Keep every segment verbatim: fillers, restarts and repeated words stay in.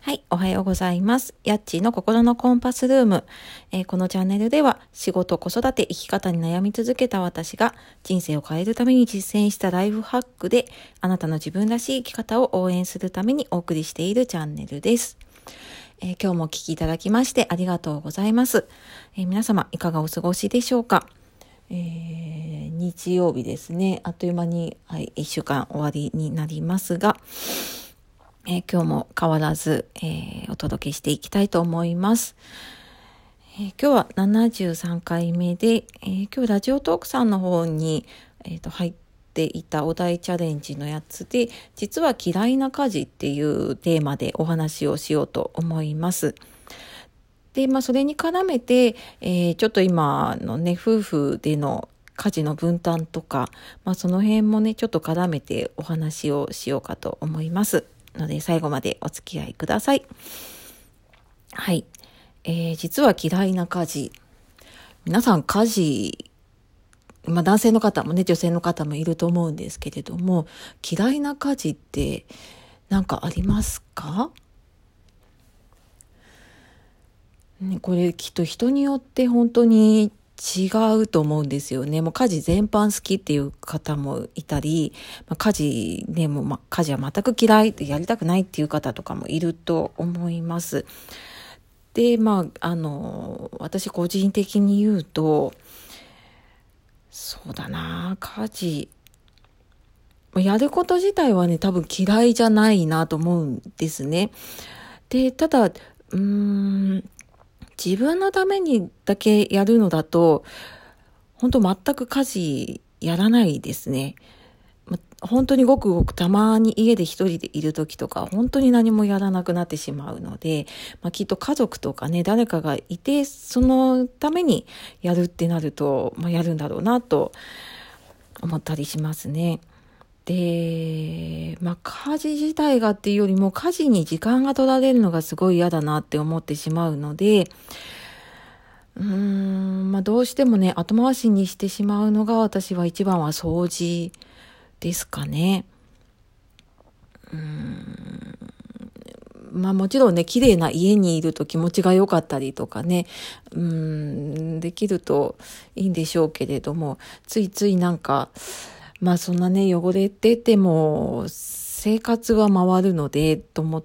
はい、おはようございます。やっちーの心のコンパスルーム、えーこのチャンネルでは仕事、子育て、生き方に悩み続けた私が人生を変えるために実践したライフハックであなたの自分らしい生き方を応援するためにお送りしているチャンネルです。えー今日もお聞きいただきましてありがとうございます。えー皆様いかがお過ごしでしょうか。えー日曜日ですね。あっという間に、はい、いっしゅうかん終わりになりますが、えー今日も変わらず、えーお届けしていきたいと思います。えー今日はななじゅうさんかいめで、えー今日ラジオトークさんの方に、えーと入っていたお題チャレンジのやつで、実は嫌いな家事っていうテーマでお話をしようと思います。で、まあそれに絡めて、えーちょっと今のね、夫婦での家事の分担とか、まあその辺もね、ちょっと絡めてお話をしようかと思いますので、最後までお付き合いください。はい。えー実は嫌いな家事。皆さん家事、まあ男性の方もね、女性の方もいると思うんですけれども、嫌いな家事って何かありますか？ね、これきっと人によって本当に違うと思うんですよね。もう家事全般好きっていう方もいたり、まあ、家事ね、もう、ま、家事は全く嫌いってやりたくないっていう方とかもいると思います。で、まあ、あの、私個人的に言うと、そうだな、家事、やること自体はね、多分嫌いじゃないなと思うんですね。で、ただ、うーん、自分のためにだけやるのだと、本当全く家事やらないですね。ま本当にごくごくたまに家で一人でいる時とか、本当に何もやらなくなってしまうので、まあ、きっと家族とかね、誰かがいて、そのためにやるってなると、まあ、やるんだろうなと思ったりしますね。で、まあ、家事自体がっていうよりも、家事に時間が取られるのがすごい嫌だなって思ってしまうので、うーん、まあ、どうしてもね、後回しにしてしまうのが私は一番は掃除ですかね。うーん、まあもちろんね、綺麗な家にいると気持ちが良かったりとかね、うーん、できるといいんでしょうけれども、ついついなんか、まあそんなね、汚れてても生活は回るので、と思って、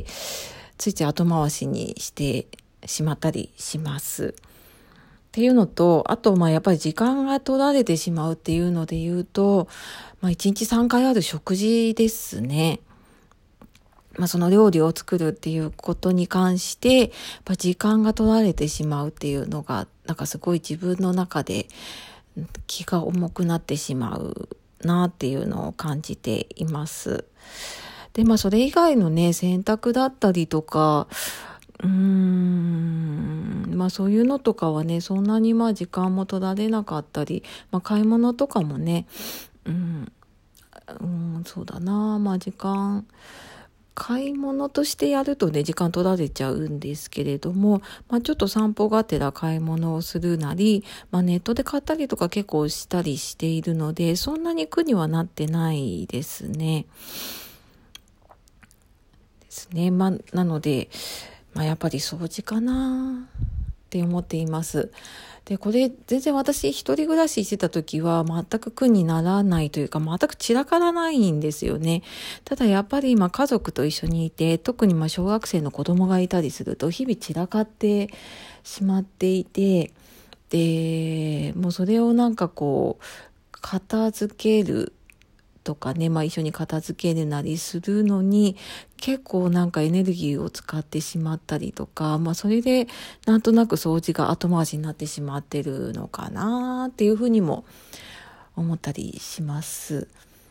ついつい後回しにしてしまったりします。っていうのと、あと、まあ、やっぱり時間が取られてしまうっていうので言うと、まあ、いちにちさんかいある食事ですね。まあ、その料理を作るっていうことに関して、やっぱ時間が取られてしまうっていうのが、なんかすごい自分の中で気が重くなってしまうなっていうのを感じています。で、まあ、それ以外のね、洗濯だったりとか、うーん、まあそういうのとかはね、そんなにまあ時間も取られなかったり、まあ買い物とかもね、うん、うん、そうだな、まあ時間、買い物としてやるとね、時間取られちゃうんですけれども、まあちょっと散歩がてら買い物をするなり、まあネットで買ったりとか結構したりしているので、そんなに苦にはなってないですね。ですね。まあなので、まあやっぱり掃除かなって思っています。で、これ全然私一人暮らししてた時は全く苦にならないというか全く散らからないんですよね。ただやっぱり今家族と一緒にいて、特にまあ小学生の子供がいたりすると日々散らかってしまっていて、で、もうそれをなんかこう片付けるとかね、まあ一緒に片付けるなりするのに結構なんかエネルギーを使ってしまったりとか、まあそれでなんとなく掃除が後回しになってしまってるのかなっていうふうにも思ったりします。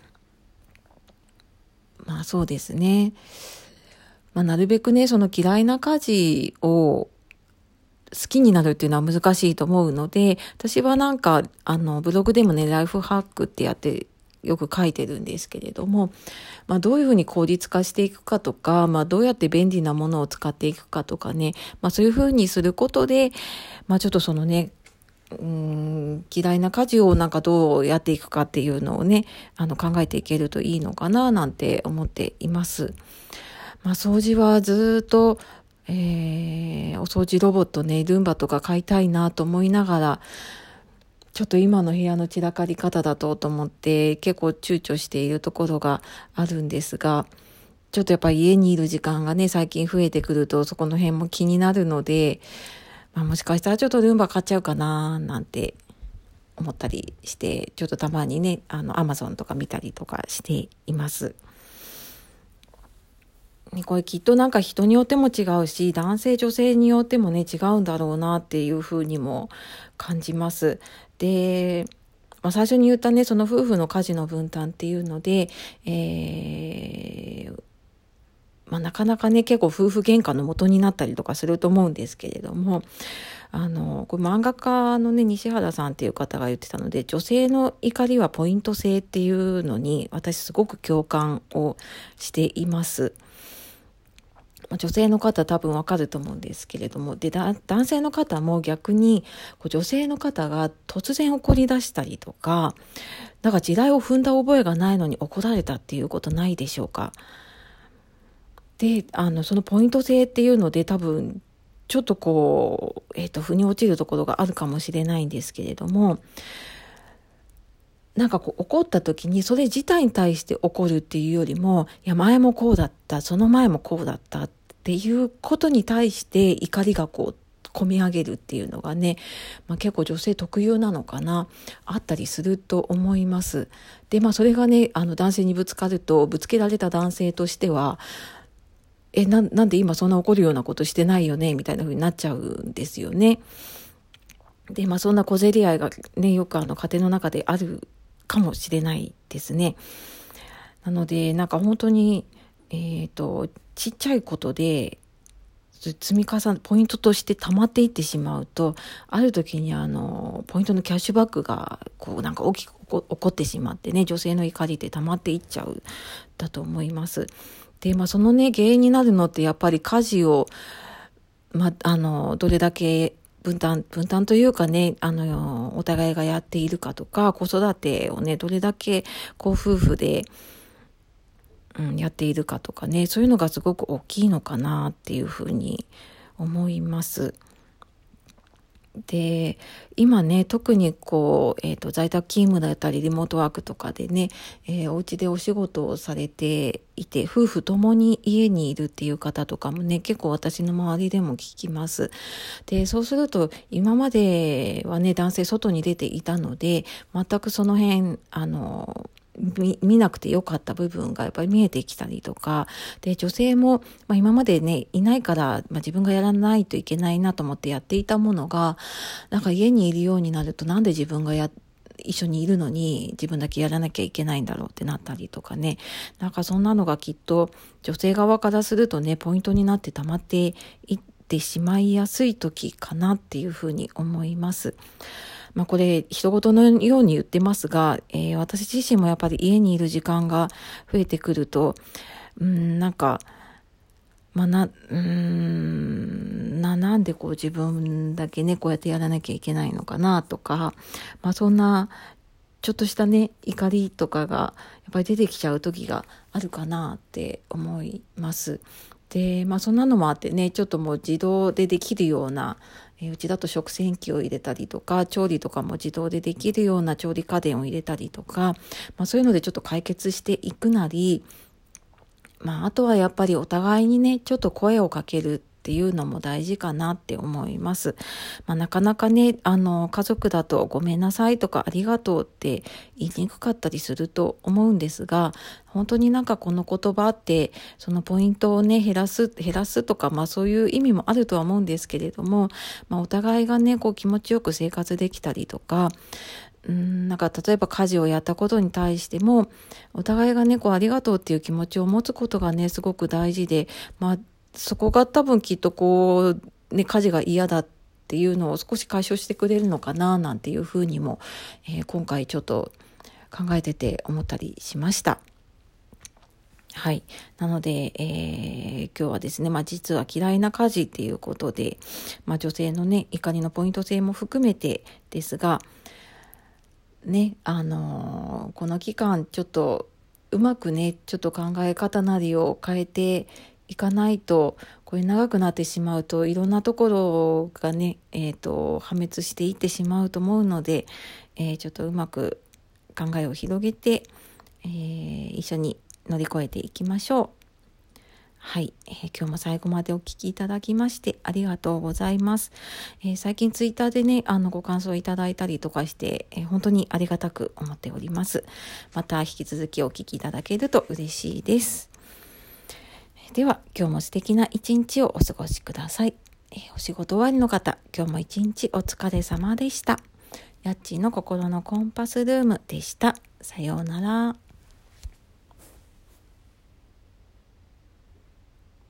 まあそうですね。まあなるべくね、その嫌いな家事を好きになるっていうのは難しいと思うので、私はなんかあのブログでもね、ライフハックってやってよく書いてるんですけれども、まあどういうふうに効率化していくかとか、まあどうやって便利なものを使っていくかとかね、まあそういうふうにすることで、まあちょっとそのね、うーん、嫌いな家事をなんかどうやっていくかっていうのをね、あの考えていけるといいのかななんて思っています。 まあ、掃除はずっと、えー、お掃除ロボットね、ルンバとか買いたいなと思いながら、ちょっと今の部屋の散らかり方だとと思って結構躊躇しているところがあるんですが、ちょっとやっぱり家にいる時間がね、最近増えてくるとそこの辺も気になるので、まあ、もしかしたらちょっとルンバ買っちゃうかななんて思ったりして、ちょっとたまにね、あの、アマゾンとか見たりとかしています。これきっとなんか人によっても違うし、男性女性によってもね違うんだろうなっていうふうにも感じます。で、まあ、最初に言ったね、その夫婦の家事の分担っていうので、えーまあ、なかなかね結構夫婦喧嘩の元になったりとかすると思うんですけれども、あのこれ漫画家のね西原さんっていう方が言ってたので、女性の怒りはポイント制っていうのに私すごく共感をしています。女性の方多分わかると思うんですけれども、でだ男性の方も逆にこう女性の方が突然怒り出したりとか、なんか地雷を踏んだ覚えがないのに怒られたっていうことないでしょうか。で、あのそのポイント制っていうので多分ちょっとこう、えーと、腑に落ちるところがあるかもしれないんですけれども、なんかこう怒った時にそれ自体に対して怒るっていうよりも、いや前もこうだった、その前もこうだったっていうことに対して怒りがこう込み上げるっていうのがね、まあ、結構女性特有なのかな、あったりすると思います。で、まあそれがね、あの男性にぶつかると、ぶつけられた男性としては、え、な、なんで今そんな怒るようなことしてないよねみたいな風になっちゃうんですよね。で、まあそんな小競り合いがね、よくあの家庭の中であるかもしれないですね。なので、なんか本当に、えっと、ちっちゃいことで、積み重ね、ポイントとして溜まっていってしまうと、ある時にあの、ポイントのキャッシュバックが、こうなんか大きく起こってしまってね、女性の怒りで溜まっていっちゃう、だと思います。で、まあそのね、原因になるのってやっぱり家事を、まあ、あの、どれだけ分担、分担というかね、あの、お互いがやっているかとか、子育てをね、どれだけ、こう、夫婦で、うん、やっているかとかね、そういうのがすごく大きいのかなっていうふうに思います。で、今ね、特にこう、えっと、在宅勤務だったり、リモートワークとかでね、えーお家でお仕事をされていて、夫婦ともに家にいるっていう方とかもね、結構私の周りでも聞きます。で、そうすると、今まではね、男性外に出ていたので、全くその辺、あの、見見なくてよかった部分がやっぱり見えてきたりとか、で、女性も、まあ、今までね、いないから、まあ、自分がやらないといけないなと思ってやっていたものが、なんか家にいるようになると、なんで自分がや、一緒にいるのに自分だけやらなきゃいけないんだろうってなったりとかね。なんかそんなのがきっと女性側からするとね、ポイントになって溜まっていってしまいやすい時かなっていうふうに思います。まあこれ人事のように言ってますが、えー私自身もやっぱり家にいる時間が増えてくると、うん、なんか、まあ、な、うーん、な、なんでこう自分だけね、こうやってやらなきゃいけないのかなとか、まあそんな、ちょっとしたね、怒りとかがやっぱり出てきちゃう時があるかなって思います。で、まあそんなのもあってね、ちょっともう自動でできるような、えーうちだと食洗機を入れたりとか、調理とかも自動でできるような調理家電を入れたりとか、まあそういうのでちょっと解決していくなり、まあ、あとはやっぱりお互いにね、ちょっと声をかけるっていうのも大事かなって思います。まあ、なかなかね、あの、家族だとごめんなさいとかありがとうって言いにくかったりすると思うんですが、本当になんかこの言葉って、そのポイントをね、減らす、減らすとか、まあそういう意味もあるとは思うんですけれども、まあお互いがね、こう気持ちよく生活できたりとか、うん、なんか例えば家事をやったことに対してもお互いがねこうありがとうっていう気持ちを持つことがねすごく大事で、まあそこが多分きっとこうね家事が嫌だっていうのを少し解消してくれるのかななんていうふうにも、えー今回ちょっと考えてて思ったりしました。はい。なので、えー今日はですね、まあ実は嫌いな家事っていうことで、まあ女性のね、怒りのポイント性も含めてですが、ね、あのーこの期間ちょっとうまくねちょっと考え方なりを変えていかないと、これ長くなってしまうといろんなところがね、えーと、破滅していってしまうと思うので、えー、ちょっとうまく考えを広げて、えー、一緒に乗り越えていきましょう。はい、えー、今日も最後までお聞きいただきましてありがとうございます。えー、最近ツイッターでね、あのご感想いただいたりとかして、えー、本当にありがたく思っております。また引き続きお聞きいただけると嬉しいです。では今日も素敵な一日をお過ごしください。えー、お仕事終わりの方、今日も一日お疲れ様でした。やっちーの心のコンパスルームでした。さようなら。